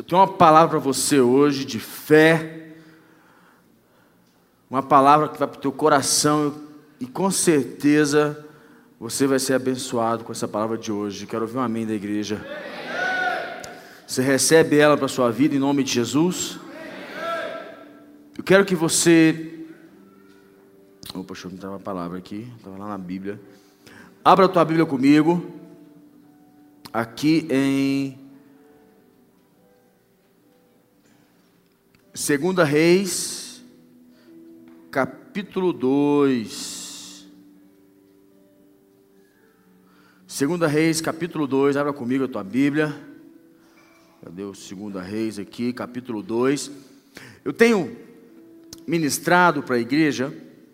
tenho uma palavra para você hoje de fé, uma palavra que vai para o teu coração e com certeza você vai ser abençoado com essa palavra de hoje. Quero ouvir um amém da igreja. Você recebe ela para a sua vida em nome de Jesus? Eu quero que você... Opa, deixa eu botar uma palavra aqui, estava lá na Bíblia. Abra a tua Bíblia comigo, aqui em 2 Reis, capítulo 2. 2 Reis, capítulo 2, abra comigo a tua Bíblia. Cadê o 2 Reis aqui, capítulo 2. Eu tenho ministrado para a igreja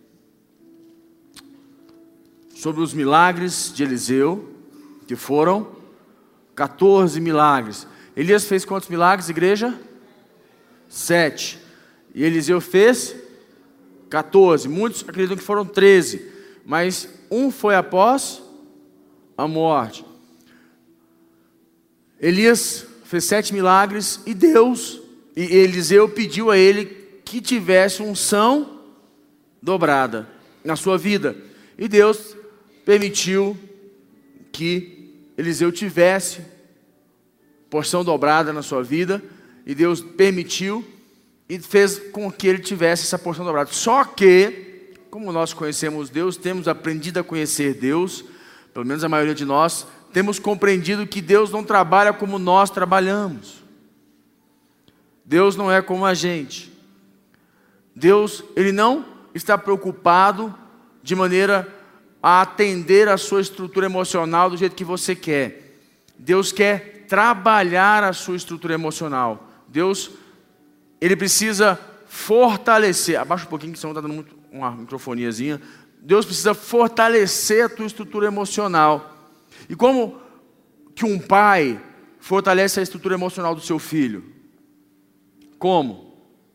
sobre os milagres de Eliseu, que foram 14 milagres. Elias fez quantos milagres, igreja? 7. E Eliseu fez 14. Muitos acreditam que foram 13, mas um foi após a morte. Elias fez 7 milagres e Eliseu pediu a ele que tivesse unção dobrada na sua vida. E Deus permitiu que Eliseu tivesse porção dobrada na sua vida. E Deus permitiu e fez com que ele tivesse essa porção dobrada. Só que, como nós conhecemos Deus, temos aprendido a conhecer Deus, pelo menos a maioria de nós, temos compreendido que Deus não trabalha como nós trabalhamos. Deus não é como a gente. Deus, Ele não está preocupado de maneira a atender a sua estrutura emocional do jeito que você quer. Deus quer trabalhar a sua estrutura emocional. Deus, Ele precisa fortalecer. Abaixa um pouquinho que senão está dando muito uma microfoniazinha. Deus precisa fortalecer a tua estrutura emocional. E como que um pai fortalece a estrutura emocional do seu filho? Como?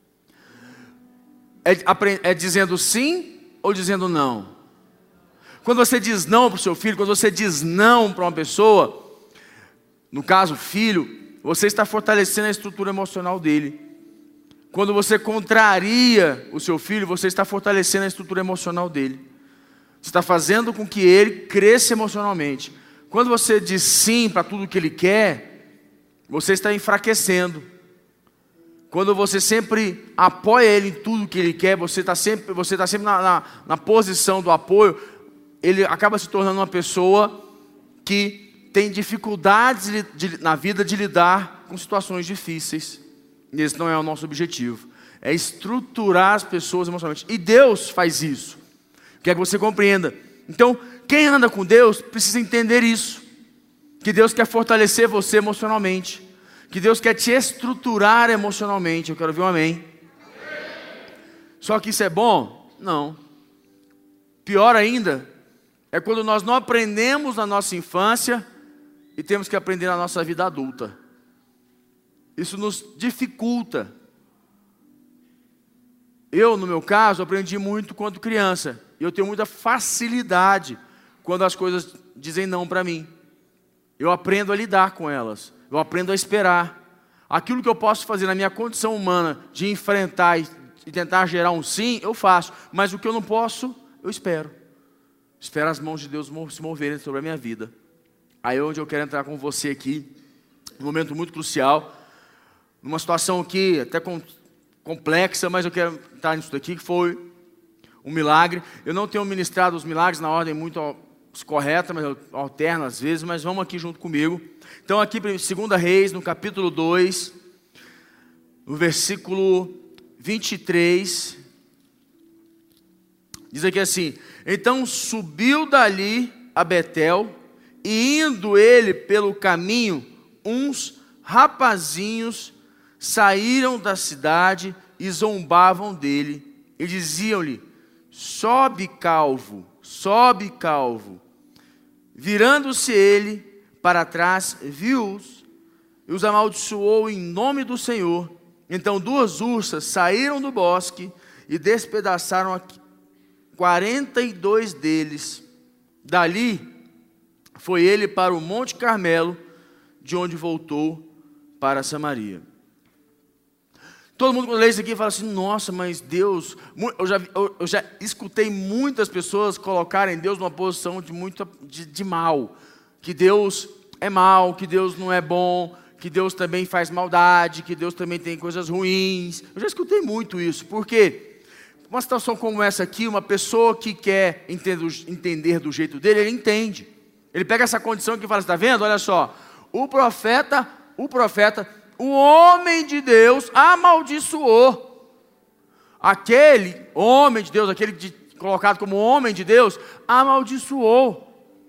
É dizendo sim ou dizendo não? Quando você diz não para o seu filho, quando você diz não para uma pessoa, no caso filho, você está fortalecendo a estrutura emocional dele. Quando você contraria o seu filho, você está fortalecendo a estrutura emocional dele. Você está fazendo com que ele cresça emocionalmente. Quando você diz sim para tudo que ele quer, você está enfraquecendo. Quando você sempre apoia ele em tudo que ele quer, você está sempre na posição do apoio, ele acaba se tornando uma pessoa que tem dificuldades na vida de lidar com situações difíceis. E esse não é o nosso objetivo. É estruturar as pessoas emocionalmente. E Deus faz isso. Quer que você compreenda. Então, quem anda com Deus precisa entender isso. Que Deus quer fortalecer você emocionalmente. Que Deus quer te estruturar emocionalmente. Eu quero ouvir um amém. Só que isso é bom? Não. Pior ainda é quando nós não aprendemos na nossa infância e temos que aprender na nossa vida adulta. Isso nos dificulta. Eu, no meu caso, aprendi muito quando criança. E eu tenho muita facilidade quando as coisas dizem não para mim. Eu aprendo a lidar com elas. Eu aprendo a esperar. Aquilo que eu posso fazer na minha condição humana de enfrentar e tentar gerar um sim, eu faço. Mas o que eu não posso, eu espero. Espero as mãos de Deus se moverem sobre a minha vida. Aí é onde eu quero entrar com você aqui, num momento muito crucial, numa situação aqui até complexa, mas eu quero entrar nisso daqui, que foi um milagre. Eu não tenho ministrado os milagres na ordem muito correta, mas eu alterno às vezes, mas vamos aqui junto comigo. Então aqui em 2 Reis, no capítulo 2, no versículo 23, diz aqui assim: então subiu dali a Betel, e indo ele pelo caminho, uns rapazinhos saíram da cidade e zombavam dele, e diziam-lhe: sobe calvo, sobe calvo. Virando-se ele para trás, viu-os e os amaldiçoou em nome do Senhor. Então 2 ursas saíram do bosque e despedaçaram 42 deles. Dali foi ele para o Monte Carmelo, de onde voltou para Samaria. Todo mundo quando lê isso aqui fala assim, nossa, mas Deus... Eu já escutei muitas pessoas colocarem Deus numa posição de mal. Que Deus é mal, que Deus não é bom, que Deus também faz maldade, que Deus também tem coisas ruins. Eu já escutei muito isso. Por quê? Uma situação como essa aqui, uma pessoa que quer entender do jeito dele, ele entende. Ele pega essa condição e fala, está vendo? Olha só, o profeta, o homem de Deus amaldiçoou. Aquele homem de Deus, colocado como homem de Deus, amaldiçoou.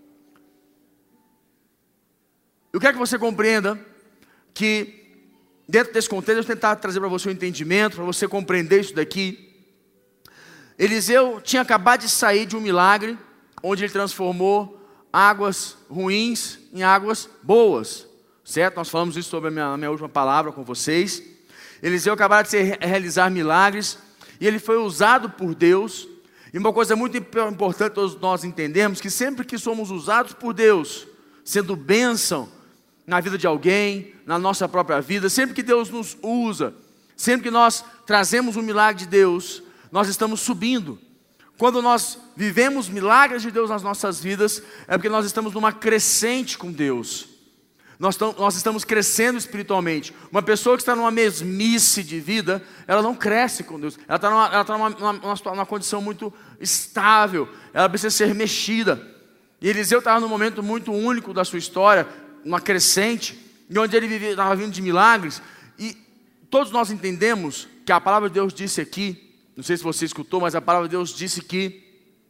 Eu quero que você compreenda que, dentro desse contexto, eu vou tentar trazer para você um entendimento, para você compreender isso daqui. Eliseu tinha acabado de sair de um milagre, onde ele transformou águas ruins em águas boas. Certo? Nós falamos isso sobre a minha última palavra com vocês. Eliseu acabou de realizar milagres, e ele foi usado por Deus. E uma coisa muito importante todos nós entendermos, que sempre que somos usados por Deus, sendo bênção na vida de alguém, na nossa própria vida, sempre que Deus nos usa, sempre que nós trazemos um milagre de Deus, nós estamos subindo. Quando nós vivemos milagres de Deus nas nossas vidas, é porque nós estamos numa crescente com Deus. Nós estamos crescendo espiritualmente. Uma pessoa que está numa mesmice de vida, ela não cresce com Deus. Ela está numa condição muito estável. Ela precisa ser mexida. E Eliseu estava num momento muito único da sua história, uma crescente, e onde ele estava vindo de milagres. E todos nós entendemos que a palavra de Deus disse aqui, não sei se você escutou, mas a palavra de Deus disse que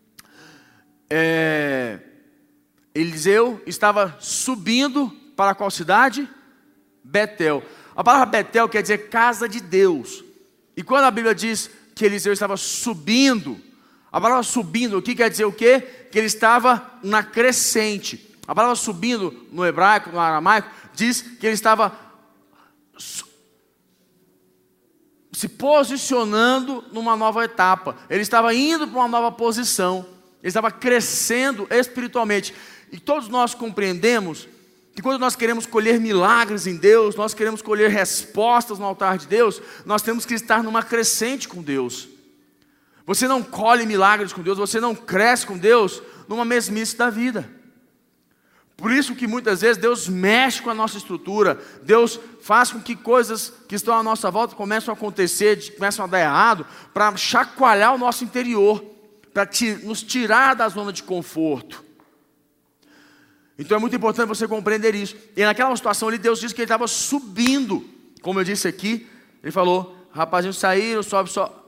Eliseu estava subindo para qual cidade? Betel. A palavra Betel quer dizer casa de Deus. E quando a Bíblia diz que Eliseu estava subindo, a palavra subindo aqui quer dizer o quê? Que ele estava na crescente. A palavra subindo no hebraico, no aramaico, diz que ele estava se posicionando numa nova etapa. Ele estava indo para uma nova posição. Ele estava crescendo espiritualmente. E todos nós compreendemos que quando nós queremos colher milagres em Deus, nós queremos colher respostas no altar de Deus, nós temos que estar numa crescente com Deus. Você não colhe milagres com Deus, você não cresce com Deus numa mesmice da vida. Por isso que muitas vezes Deus mexe com a nossa estrutura, Deus faz com que coisas que estão à nossa volta comecem a acontecer, começam a dar errado, para chacoalhar o nosso interior, para nos tirar da zona de conforto. Então é muito importante você compreender isso. E naquela situação ali, Deus disse que ele estava subindo. Como eu disse aqui, ele falou, rapazinhos saíram, sobe só.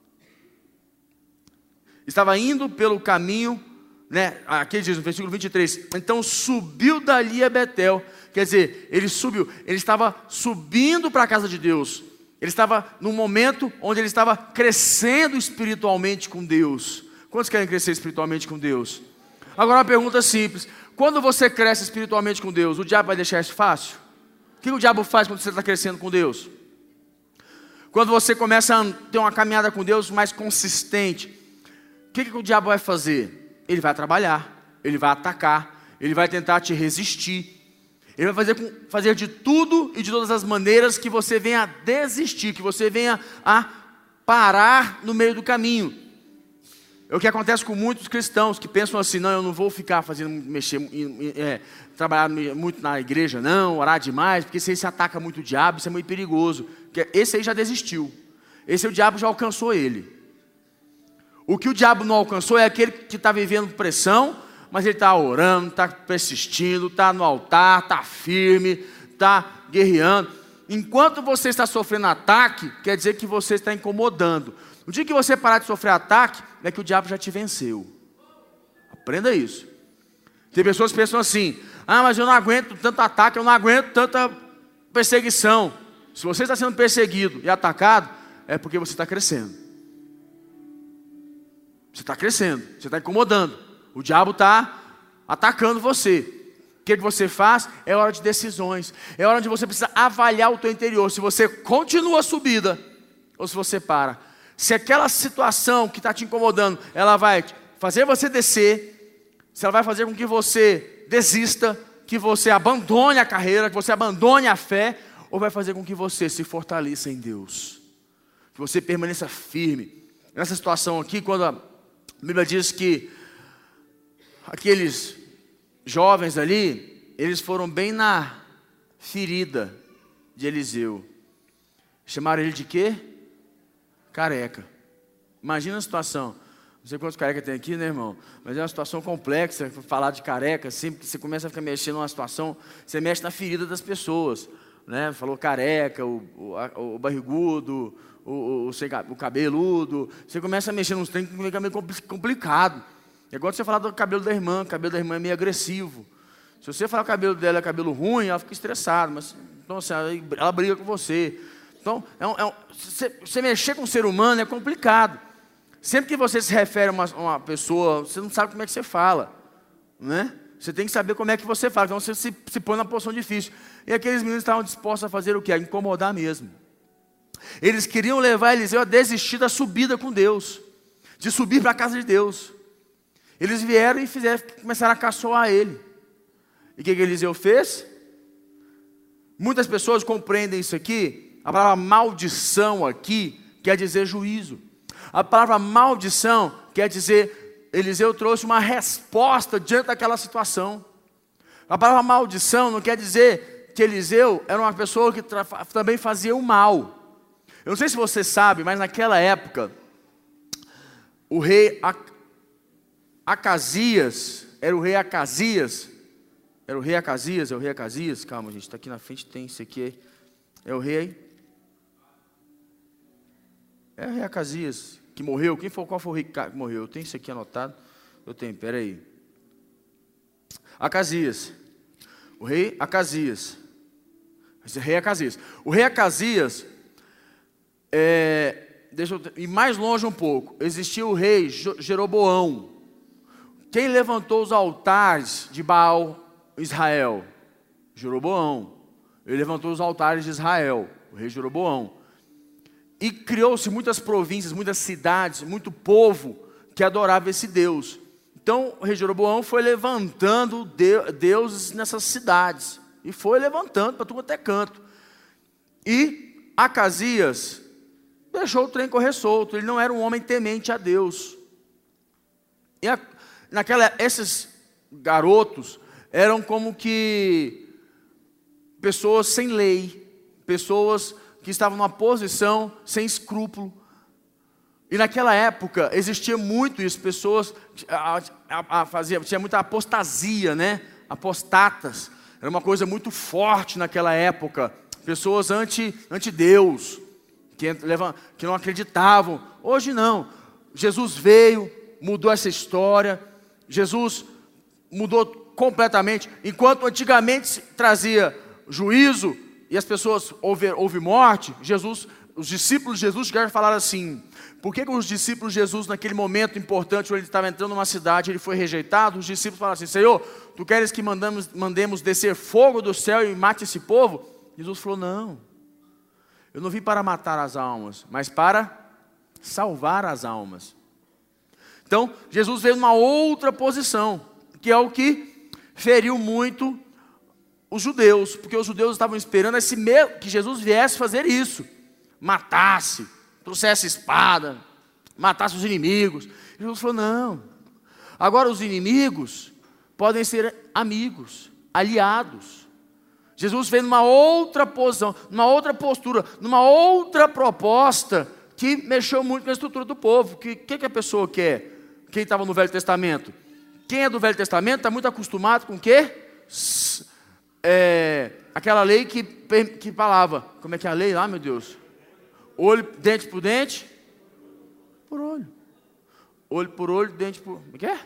Estava indo pelo caminho, né? Aqui diz no versículo 23, então subiu dali a Betel. Quer dizer, ele subiu, ele estava subindo para a casa de Deus. Ele estava num momento onde ele estava crescendo espiritualmente com Deus. Quantos querem crescer espiritualmente com Deus? Agora uma pergunta simples. Quando você cresce espiritualmente com Deus, o diabo vai deixar isso fácil? O que o diabo faz quando você está crescendo com Deus? Quando você começa a ter uma caminhada com Deus mais consistente, o que o diabo vai fazer? Ele vai trabalhar, ele vai atacar, ele vai tentar te resistir. Ele vai fazer de tudo e de todas as maneiras que você venha a desistir, que você venha a parar no meio do caminho. É o que acontece com muitos cristãos que pensam assim, não, eu não vou ficar trabalhar muito na igreja não, orar demais, porque se esse ataca muito o diabo, isso é muito perigoso. Esse aí já desistiu, esse o diabo já alcançou ele. O que o diabo não alcançou é aquele que está vivendo pressão, mas ele está orando, está persistindo, está no altar, está firme, está guerreando. Enquanto você está sofrendo ataque, quer dizer que você está incomodando. No dia que você parar de sofrer ataque, é que o diabo já te venceu. Aprenda isso. Tem pessoas que pensam assim, mas eu não aguento tanto ataque, eu não aguento tanta perseguição. Se você está sendo perseguido e atacado, é porque você está crescendo. Você está crescendo, você está incomodando. O diabo está atacando você. O que você faz? É hora de decisões. É hora de você precisar avaliar o teu interior. Se você continua a subida, ou se você para. Se aquela situação que está te incomodando, ela vai fazer você descer, se ela vai fazer com que você desista, que você abandone a carreira, que você abandone a fé, ou vai fazer com que você se fortaleça em Deus. que você permaneça firme. Nessa situação aqui, quando a Bíblia diz que aqueles jovens ali, eles foram bem na ferida de Eliseu. Chamaram ele de quê? Careca. Imagina a situação. Não sei quantos carecas tem aqui, né, irmão? Mas é uma situação complexa, falar de careca. Sempre que você começa a ficar mexendo numa situação, você mexe na ferida das pessoas, né? Falou careca, o barrigudo, o cabeludo. Você começa a mexer nos trem que fica meio complicado. É igual você falar do cabelo da irmã. O cabelo da irmã é meio agressivo. Se você falar que o cabelo dela é cabelo ruim, ela fica estressada. Mas, então, assim, ela briga com você. Então, você mexer com um ser humano é complicado. Sempre que você se refere a uma pessoa, você não sabe como é que você fala, né? Você tem que saber como é que você fala. Então, você se põe na posição difícil. E aqueles meninos estavam dispostos a fazer o quê? A incomodar mesmo. Eles queriam levar Eliseu a desistir da subida com Deus, de subir para a casa de Deus. Eles vieram e começaram a caçoar ele. E o que Eliseu fez? Muitas pessoas compreendem isso aqui. A palavra maldição aqui quer dizer juízo. A palavra maldição quer dizer, Eliseu trouxe uma resposta diante daquela situação. A palavra maldição não quer dizer que Eliseu era uma pessoa que também fazia o mal. Eu não sei se você sabe, mas naquela época, o rei Acasias, era o rei Acasias, calma gente, está aqui na frente, tem isso aqui, é o rei Acasias, que morreu. Qual foi o rei que morreu? Eu tenho isso aqui anotado. Eu tenho, peraí. Acasias. O rei Acasias. Esse rei Acasias. O rei Acasias, deixa eu ir mais longe um pouco. Existia o rei Jeroboão. Quem levantou os altares de Baal, Israel? Jeroboão. Ele levantou os altares de Israel, o rei Jeroboão. E criou-se muitas províncias, muitas cidades, muito povo que adorava esse Deus. Então o rei Jeroboão foi levantando deuses nessas cidades. E foi levantando para tudo até canto. E Acasias deixou o trem correr solto. Ele não era um homem temente a Deus. E esses garotos eram como que pessoas sem lei, pessoas que estavam numa posição sem escrúpulo. E naquela época existia muito isso, pessoas tinha muita apostasia, né? Apostatas. Era uma coisa muito forte naquela época. Pessoas anti-Deus, que não acreditavam. Hoje não. Jesus veio, mudou essa história. Jesus mudou completamente. Enquanto antigamente se trazia juízo e as pessoas houve morte, os discípulos de Jesus chegaram a falar assim: por que os discípulos de Jesus, naquele momento importante, quando ele estava entrando numa cidade, ele foi rejeitado? Os discípulos falaram assim: Senhor, tu queres que mandemos descer fogo do céu e mate esse povo? Jesus falou: não, eu não vim para matar as almas, mas para salvar as almas. Então, Jesus veio numa outra posição, que é o que feriu muito os judeus, porque os judeus estavam esperando que Jesus viesse fazer isso, matasse, trouxesse espada, matasse os inimigos. Jesus falou: não, agora os inimigos podem ser amigos, aliados. Jesus veio numa outra posição, numa outra postura, numa outra proposta, que mexeu muito com a estrutura do povo. O que a pessoa quer? Quem estava no Velho Testamento? Quem é do Velho Testamento está muito acostumado com o quê? Aquela lei que falava, como é que é a lei lá, meu Deus? Dente por dente, por olho. Olho por olho, dente por... Como é que é?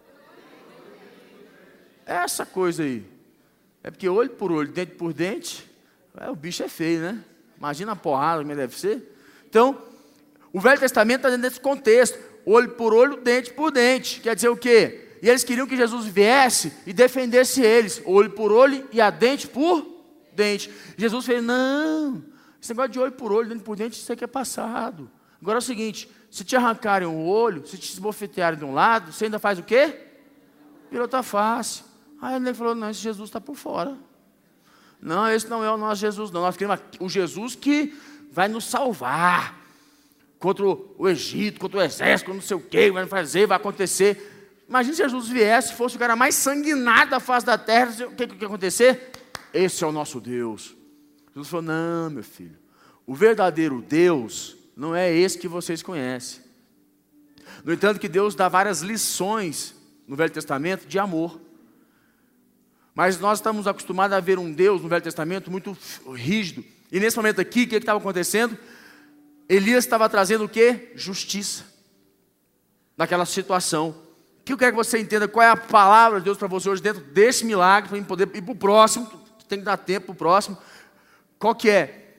Essa coisa aí. É porque olho por olho, dente por dente, o bicho é feio, né? Imagina a porrada como deve ser. Então, o Velho Testamento está dentro desse contexto. Olho por olho, dente por dente. Quer dizer o quê? E eles queriam que Jesus viesse e defendesse eles. Olho por olho e a dente por dente. Jesus fez: não, esse negócio de olho por olho, dente por dente, isso aqui é passado. Agora é o seguinte: se te arrancarem um olho, se te esbofetearem de um lado, você ainda faz o quê? Vira outra face. Aí ele falou: não, esse Jesus está por fora. Não, esse não é o nosso Jesus, não. Nós queremos o Jesus que vai nos salvar. contra o Egito, contra o exército, não sei o que, vai fazer, vai acontecer. Imagina se Jesus viesse, fosse o cara mais sanguinário da face da terra, o que ia acontecer? Esse é o nosso Deus. Jesus falou, não, meu filho, o verdadeiro Deus não é esse que vocês conhecem. No entanto, que Deus dá várias lições no Velho Testamento de amor. Mas nós estamos acostumados a ver um Deus no Velho Testamento muito rígido. E nesse momento aqui, o que estava acontecendo? Elias estava trazendo o quê? Justiça. Naquela situação. O que eu quero que você entenda, qual é a palavra de Deus para você hoje dentro desse milagre, para poder ir para o próximo, tem que dar tempo para o próximo. Qual que é?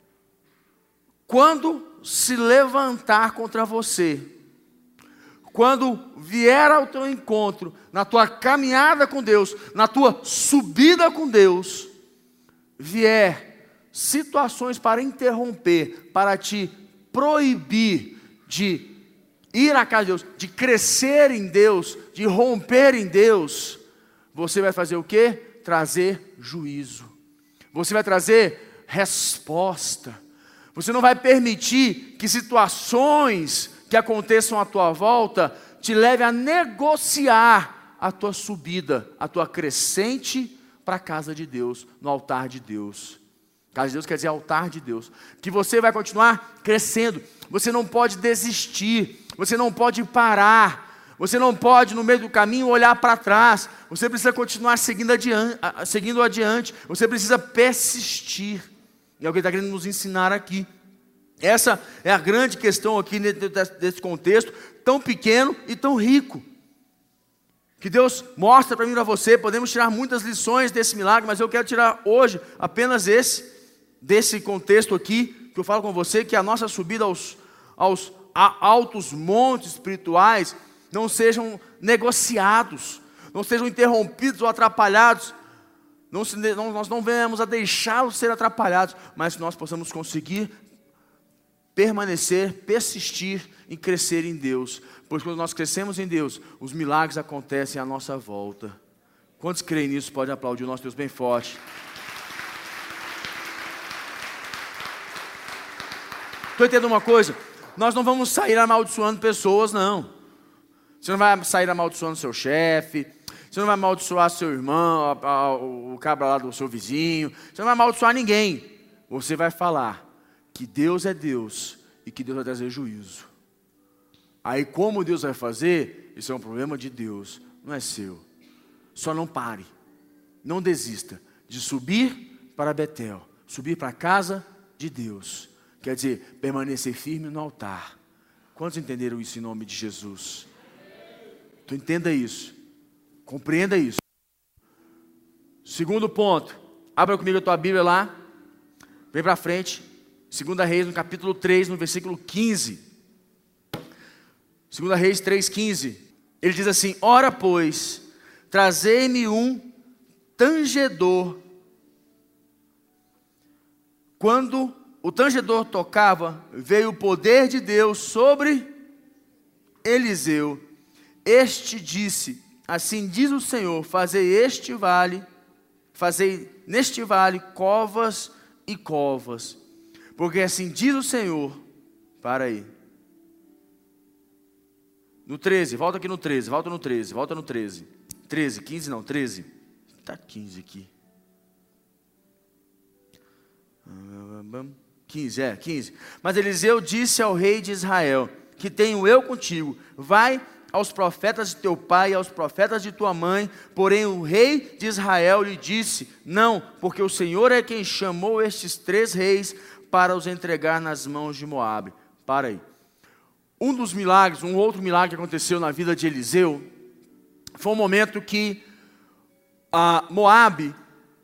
Quando se levantar contra você, quando vier ao teu encontro, na tua caminhada com Deus, na tua subida com Deus, vier situações para interromper, para te proibir de ir à casa de Deus, de crescer em Deus, de romper em Deus, você vai fazer o quê? Trazer juízo. Você vai trazer resposta. Você não vai permitir que situações que aconteçam à tua volta te levem a negociar a tua subida, a tua crescente para a casa de Deus, no altar de Deus. Casa de Deus quer dizer altar de Deus. Que você vai continuar crescendo. Você não pode desistir. Você não pode parar. Você não pode, no meio do caminho, olhar para trás. Você precisa continuar seguindo adiante. Você precisa persistir. E é o que ele está querendo nos ensinar aqui. Essa é a grande questão aqui desse contexto, tão pequeno e tão rico. Que Deus mostra para mim e para você. Podemos tirar muitas lições desse milagre, mas eu quero tirar hoje apenas desse contexto aqui, que eu falo com você, que a nossa subida aos altos montes espirituais não sejam negociados, não sejam interrompidos ou atrapalhados. Nós não venhamos a deixá-los ser atrapalhados, mas que nós possamos conseguir permanecer, persistir em crescer em Deus. Pois quando nós crescemos em Deus, os milagres acontecem à nossa volta. Quantos creem nisso? Podem aplaudir o nosso Deus bem forte. Estou entendendo uma coisa? Nós não vamos sair amaldiçoando pessoas, não. Você não vai sair amaldiçoando seu chefe. Você não vai amaldiçoar seu irmão, o cabra lá do seu vizinho. Você não vai amaldiçoar ninguém. Você vai falar que Deus é Deus e que Deus vai trazer juízo. Aí como Deus vai fazer, isso é um problema de Deus, não é seu. Só não pare, não desista de subir para Betel, subir para a casa de Deus. Quer dizer, permanecer firme no altar. Quantos entenderam isso em nome de Jesus? Então entenda isso, compreenda isso. Segundo ponto, abra comigo a tua Bíblia lá, vem para frente. 2 Reis, no capítulo 3, no versículo 15. 2 Reis 3,15. Ele diz assim: ora, pois, trazei-me um tangedor. Quando o tangedor tocava, veio o poder de Deus sobre Eliseu. Este disse: assim diz o Senhor, fazei neste vale covas e covas. Porque assim diz o Senhor. Para aí. No 13, volta aqui no 13, volta no 13, volta no 13. 13, 15 não, 13. Está 15 aqui. 15. Mas Eliseu disse ao rei de Israel: que tenho eu contigo, vai aos profetas de teu pai e aos profetas de tua mãe. Porém o rei de Israel lhe disse: não, porque o Senhor é quem chamou estes 3 reis para os entregar nas mãos de Moabe. Para aí. Um outro milagre que aconteceu na vida de Eliseu, foi um momento que Moabe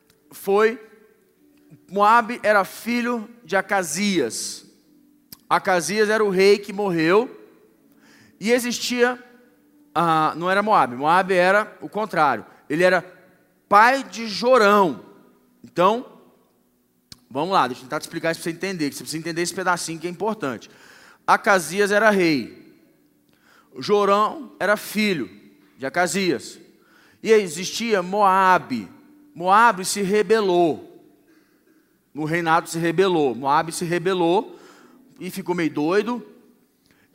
era filho de Acasias. Acasias era o rei que morreu, e existia, não era Moabe era o contrário, ele era pai de Jorão. Então, vamos lá, deixa eu tentar te explicar isso para você entender, que você precisa entender esse pedacinho que é importante. Acasias era rei, Jorão era filho de Acasias, e existia Moabe. Moabe se rebelou, no reinado se rebelou, Moabe se rebelou e ficou meio doido,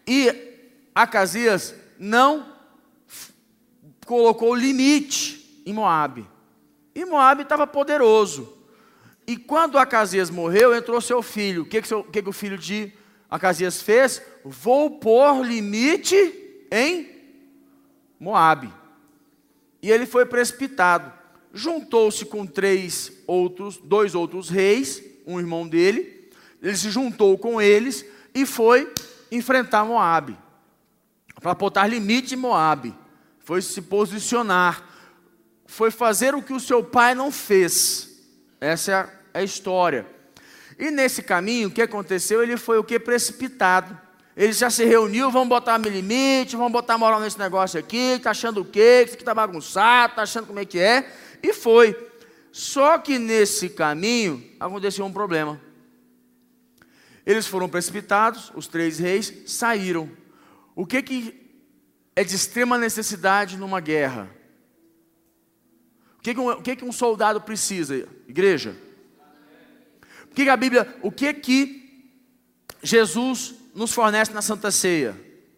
E Acasias não colocou limite em Moabe. E Moabe estava poderoso. E quando Acasias morreu, entrou seu filho. O que o filho de Acasias fez? Vou pôr limite em Moabe. E ele foi precipitado. Juntou-se com dois outros reis, um irmão dele. Ele se juntou com eles e foi enfrentar Moabe. Para botar limite em Moabe. Foi se posicionar. Foi fazer o que o seu pai não fez. Essa é a história. E nesse caminho, o que aconteceu? Ele foi o que? Precipitado. Ele já se reuniu, vamos botar limite, vamos botar moral nesse negócio aqui, está achando o quê? Que isso aqui está bagunçado, está achando como é que é? E foi. Só que nesse caminho, aconteceu um problema. Eles foram precipitados, os 3 reis saíram. O que é de extrema necessidade numa guerra? O que um soldado precisa, igreja? O que Jesus nos fornece na Santa Ceia?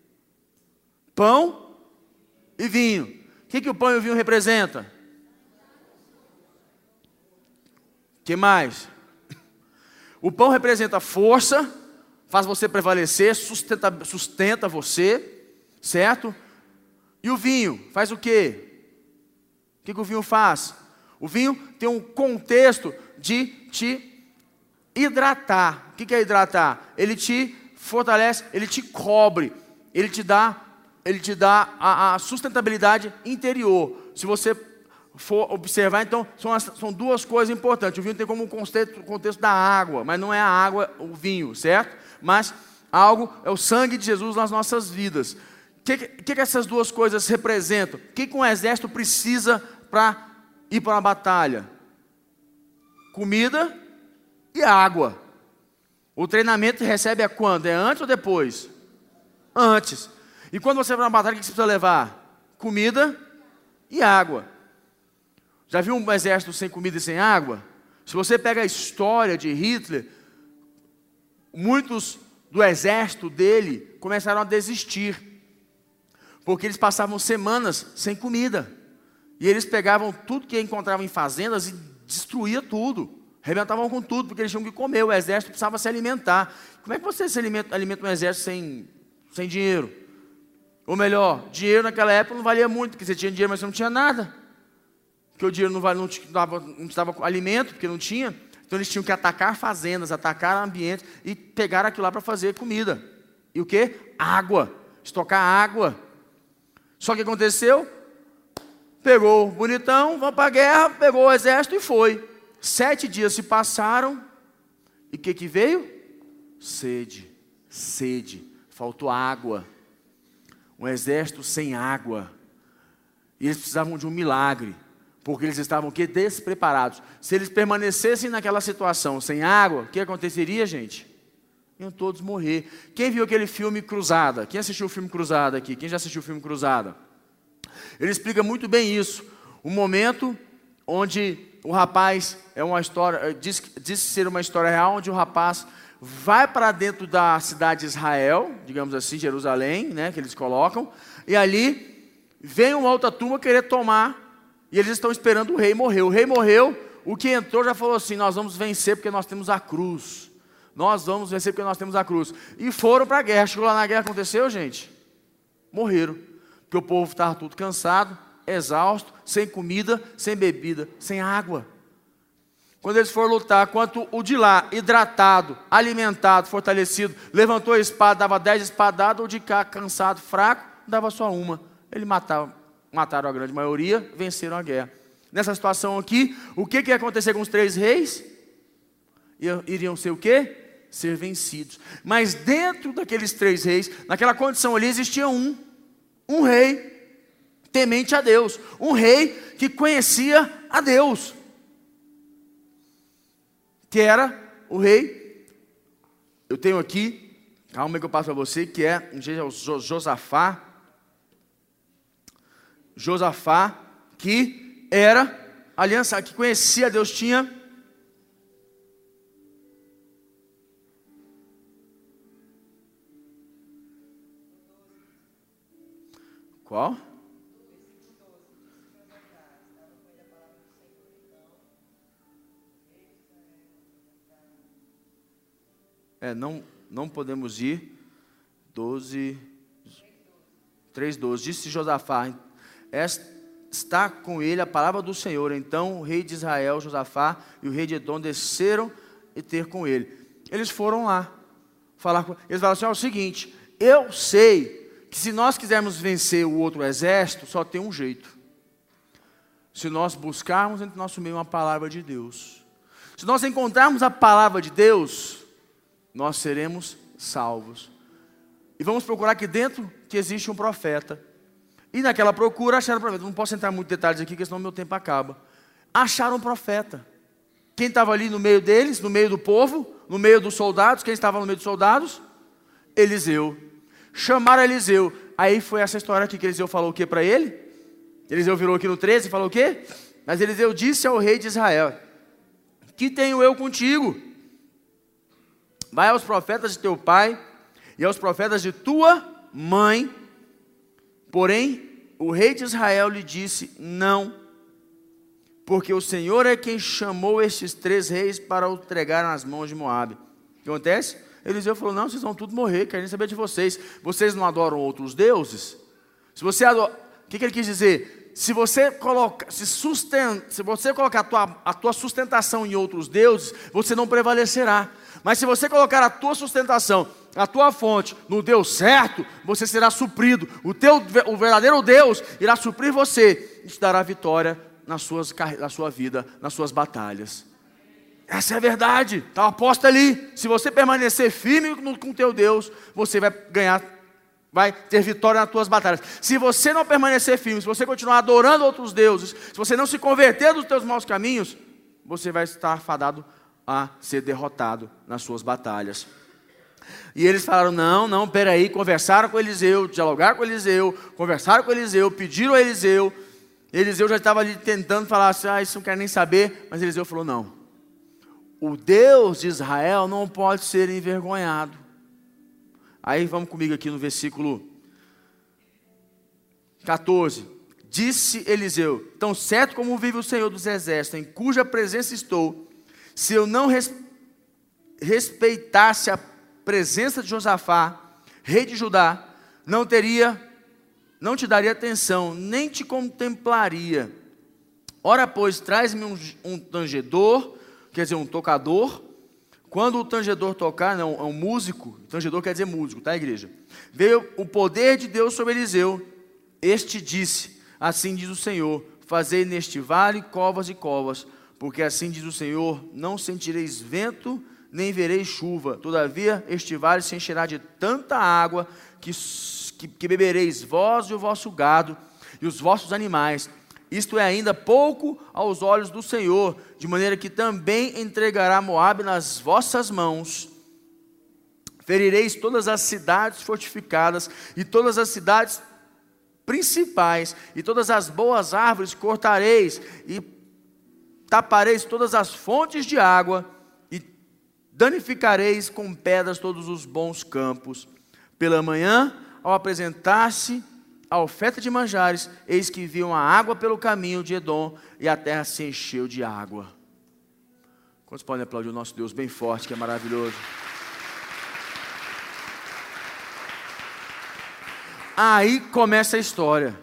Pão e vinho. O que o pão e o vinho representam? O que mais? O pão representa força, faz você prevalecer, sustenta você, certo? E o vinho faz o quê? O que o vinho faz? O vinho tem um contexto de te hidratar. O que é hidratar? Ele te fortalece, ele te cobre, ele te dá a sustentabilidade interior. Se você for observar, então, são 2 coisas importantes. O vinho tem como contexto da água, mas não é a água o vinho, certo? Mas é o sangue de Jesus nas nossas vidas. O que essas 2 coisas representam? O que um exército precisa para ir para uma batalha? Comida e água. O treinamento recebe quando? É antes ou depois? Antes. E quando você vai para uma batalha, o que você precisa levar? Comida e água. Já viu um exército sem comida e sem água? Se você pega a história de Hitler, muitos do exército dele começaram a desistir. Porque eles passavam semanas sem comida. E eles pegavam tudo que encontravam em fazendas e destruíam tudo. Arrebentavam com tudo, porque eles tinham que comer. O exército precisava se alimentar. Como é que você alimenta um exército sem dinheiro? Ou melhor, dinheiro naquela época não valia muito, porque você tinha dinheiro, mas você não tinha nada. Porque o dinheiro não te dava alimento, porque não tinha. Então eles tinham que atacar fazendas, atacar ambientes e pegar aquilo lá para fazer comida. E o quê? Água. Estocar água. Só que aconteceu? Pegou o bonitão, vamos para a guerra, pegou o exército e foi. 7 dias se passaram, e o que veio? Sede, faltou água. Um exército sem água. E eles precisavam de um milagre, porque eles estavam o quê? Despreparados. Se eles permanecessem naquela situação sem água, o que aconteceria, gente? Iam todos morrer. Quem viu aquele filme Cruzada? Quem assistiu o filme Cruzada aqui? Quem já assistiu o filme Cruzada? Ele explica muito bem isso. O momento onde o rapaz, diz ser uma história real, onde o rapaz vai para dentro da cidade de Israel, digamos assim, Jerusalém, né, que eles colocam, e ali vem uma outra turma querer tomar, e eles estão esperando o rei morrer. O rei morreu, o que entrou já falou assim: nós vamos vencer porque nós temos a cruz. Nós vamos vencer porque nós temos a cruz. E foram para a guerra. Chegou lá na guerra, aconteceu, gente? Morreram. Porque o povo estava tudo cansado, exausto, sem comida, sem bebida, sem água. Quando eles foram lutar, quanto o de lá, hidratado, alimentado, fortalecido, levantou a espada, dava 10 espadadas, o de cá, cansado, fraco, dava só uma. Ele mataram a grande maioria, venceram a guerra. Nessa situação aqui, o que ia acontecer com os 3 reis? Iriam ser o quê? Ser vencidos. Mas dentro daqueles 3 reis, naquela condição ali, existia um rei temente a Deus, um rei que conhecia a Deus, que era o rei, eu tenho aqui, calma aí que eu passo para você, que é Josafá, que era aliança, que conhecia a Deus, tinha Qual? Não podemos ir. 3:12. Disse Josafá: está com ele a palavra do Senhor. Então o rei de Israel, Josafá, e o rei de Edom desceram e ter com ele. Eles foram lá falar com ele. Eles falaram assim: é o seguinte, eu sei que se nós quisermos vencer o outro exército, só tem um jeito. Se nós buscarmos entre nosso meio uma palavra de Deus. Se nós encontrarmos a palavra de Deus, nós seremos salvos. E vamos procurar aqui dentro que existe um profeta. E naquela procura acharam um profeta. Não posso entrar em muitos detalhes aqui, porque senão meu tempo acaba. Acharam um profeta. Quem estava ali no meio deles, no meio do povo, no meio dos soldados? Quem estava no meio dos soldados? Eliseu. Chamaram Eliseu. Aí foi essa história aqui que Eliseu falou o que para ele? Eliseu virou aqui no 13 e falou o quê? Mas Eliseu disse ao rei de Israel: que tenho eu contigo? Vai aos profetas de teu pai e aos profetas de tua mãe. Porém, o rei de Israel lhe disse: não, porque o Senhor é quem chamou estes 3 reis para o entregar nas mãos de Moabe. O que acontece? Eliseu falou: não, vocês vão tudo morrer, quero nem saber de vocês. Vocês não adoram outros deuses? Se você adora... O que ele quis dizer? Se você colocar a tua sustentação em outros deuses, você não prevalecerá. Mas se você colocar a tua sustentação, a tua fonte no Deus certo, você será suprido. O verdadeiro Deus irá suprir você e te dará vitória na sua vida, nas suas batalhas. Essa é a verdade, está aposta ali. Se você permanecer firme com o teu Deus, você vai ganhar, vai ter vitória nas tuas batalhas. Se você não permanecer firme, se você continuar adorando outros deuses, se você não se converter dos teus maus caminhos, você vai estar fadado a ser derrotado nas suas batalhas. E eles falaram: não, peraí. Conversaram com Eliseu, dialogaram com Eliseu, conversaram com Eliseu, pediram a Eliseu. Eliseu já estava ali tentando falar assim: isso não quero nem saber. Mas Eliseu falou: não, o Deus de Israel não pode ser envergonhado. Aí vamos comigo aqui no versículo 14. Disse Eliseu: tão certo como vive o Senhor dos Exércitos, em cuja presença estou, se eu não respeitasse a presença de Josafá, rei de Judá, não te daria atenção, nem te contemplaria. Ora, pois, traz-me um tangedor, quer dizer, um tocador. Quando o tangedor tocar, não, é um músico. Tangedor quer dizer músico, tá, igreja? Veio o poder de Deus sobre Eliseu. Este disse: assim diz o Senhor, fazei neste vale covas e covas, porque assim diz o Senhor, não sentireis vento, nem vereis chuva. Todavia este vale se encherá de tanta água, que bebereis vós e o vosso gado, e os vossos animais. Isto é ainda pouco aos olhos do Senhor, de maneira que também entregará Moabe nas vossas mãos. Ferireis todas as cidades fortificadas, e todas as cidades principais, e todas as boas árvores cortareis, e tapareis todas as fontes de água, e danificareis com pedras todos os bons campos. Pela manhã, ao apresentar-se a oferta de manjares, eis que viam a água pelo caminho de Edom, e a terra se encheu de água. Quantos podem aplaudir o nosso Deus bem forte, que é maravilhoso? Aí começa a história.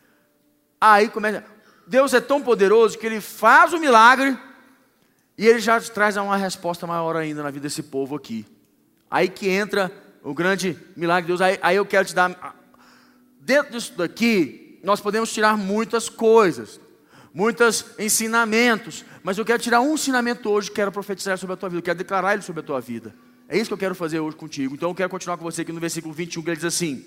Deus é tão poderoso que Ele faz o milagre e Ele já traz uma resposta maior ainda na vida desse povo aqui. Aí que entra o grande milagre de Deus. Aí eu quero te dar... Dentro disso daqui, nós podemos tirar muitas coisas, muitos ensinamentos, mas eu quero tirar um ensinamento hoje, quero profetizar sobre a tua vida, quero declarar ele sobre a tua vida. É isso que eu quero fazer hoje contigo. Então eu quero continuar com você aqui no versículo 21, que ele diz assim: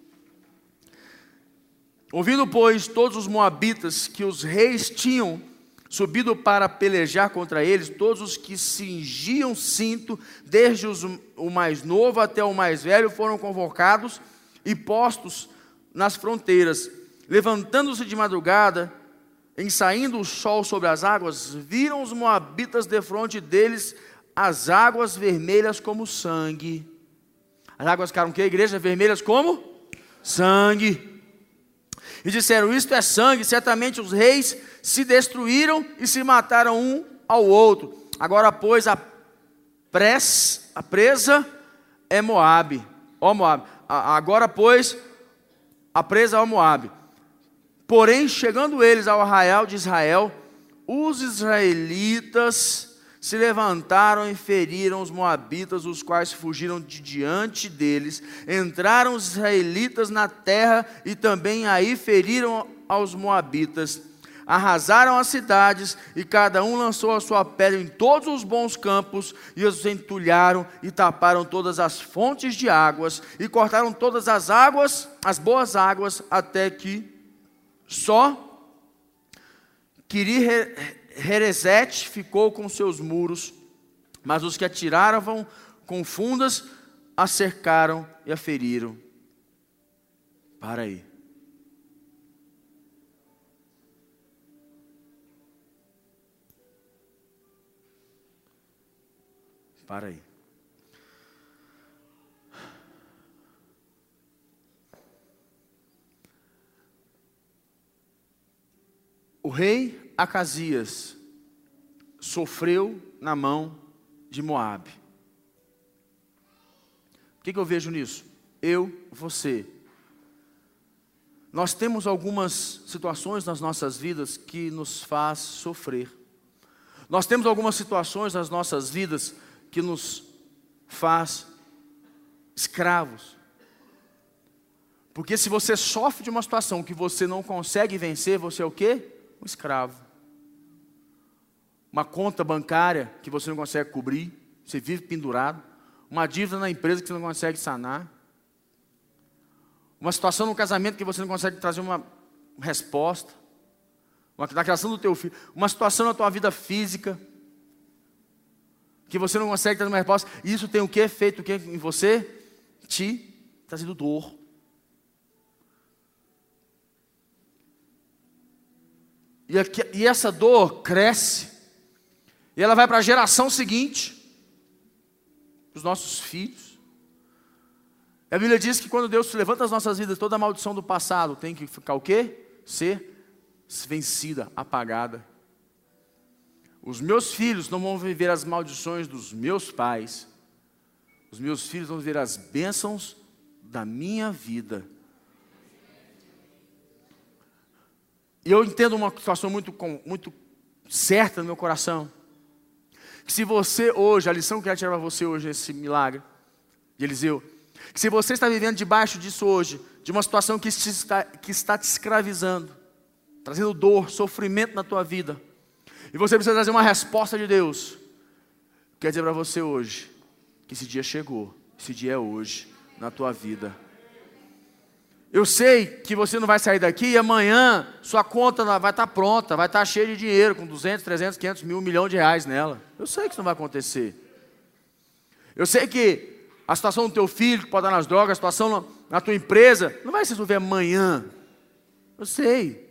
ouvindo, pois, todos os moabitas que os reis tinham subido para pelejar contra eles, todos os que cingiam cinto, desde o mais novo até o mais velho, foram convocados e postos nas fronteiras. Levantando-se de madrugada, em saindo o sol sobre as águas, viram os moabitas defronte deles as águas vermelhas como sangue. As águas ficaram o quê, igreja? Vermelhas como sangue. E disseram: isto é sangue, certamente os reis se destruíram e se mataram um ao outro. Agora, pois, a presa é Moabe. Ó Moabe. Agora, pois, a presa é Moabe. Porém, chegando eles ao arraial de Israel, os israelitas se levantaram e feriram os moabitas, os quais fugiram de diante deles. Entraram os israelitas na terra e também aí feriram aos moabitas. Arrasaram as cidades e cada um lançou a sua pedra em todos os bons campos e os entulharam e taparam todas as fontes de águas e cortaram todas as águas, as boas águas, até que só Quiri-Heresete ficou com seus muros, mas os que atiravam com fundas a cercaram e a feriram. Para aí. Para aí. O rei Acasias sofreu na mão de Moabe. O que eu vejo nisso? Você. Nós temos algumas situações nas nossas vidas que nos faz sofrer. Nós temos algumas situações nas nossas vidas que nos faz escravos. Porque se você sofre de uma situação que você não consegue vencer, você é o quê? Um escravo. Uma conta bancária que você não consegue cobrir, você vive pendurado. Uma dívida na empresa que você não consegue sanar. Uma situação no casamento que você não consegue trazer uma resposta. Na criação do teu filho. Uma situação na tua vida física que você não consegue trazer uma resposta. Isso tem o que? Feito o que em você? Te trazido dor. E essa dor cresce. E ela vai para a geração seguinte. Os nossos filhos. A Bíblia diz que quando Deus levanta as nossas vidas, toda a maldição do passado tem que ficar o quê? Ser vencida, apagada. Os meus filhos não vão viver as maldições dos meus pais. Os meus filhos vão viver as bênçãos da minha vida. E eu entendo uma situação muito certa no meu coração. Que se você hoje, a lição que eu quero tirar para você hoje, esse milagre de Eliseu, que se você está vivendo debaixo disso hoje, de uma situação que está te escravizando, trazendo dor, sofrimento na tua vida, e você precisa trazer uma resposta de Deus, quero dizer para você hoje, que esse dia chegou, esse dia é hoje, na tua vida. Eu sei que você não vai sair daqui e amanhã sua conta vai estar pronta, vai estar cheia de dinheiro, com 200, 300, 500 mil, 1 milhão de reais nela. Eu sei que isso não vai acontecer. Eu sei que a situação do teu filho, que pode estar nas drogas, a situação na tua empresa, não vai se resolver amanhã. Eu sei.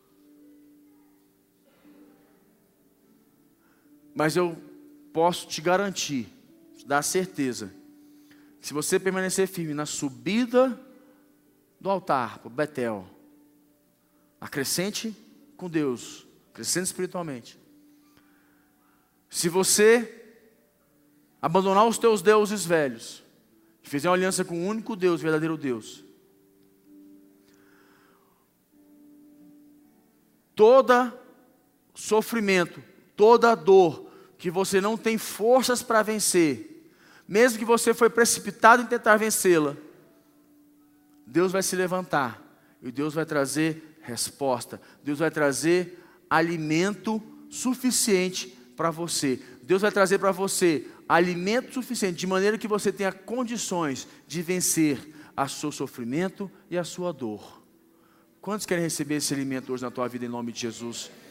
Mas eu posso te garantir, te dar certeza, que se você permanecer firme na subida do altar para o Betel, acrescente com Deus, crescendo espiritualmente. Se você abandonar os teus deuses velhos, e fizer uma aliança com o único Deus, o verdadeiro Deus, toda sofrimento, toda dor que você não tem forças para vencer, mesmo que você foi precipitado em tentar vencê-la, Deus vai se levantar e Deus vai trazer resposta. Deus vai trazer alimento suficiente para você. Deus vai trazer para você alimento suficiente, de maneira que você tenha condições de vencer o seu sofrimento e a sua dor. Quantos querem receber esse alimento hoje na tua vida em nome de Jesus?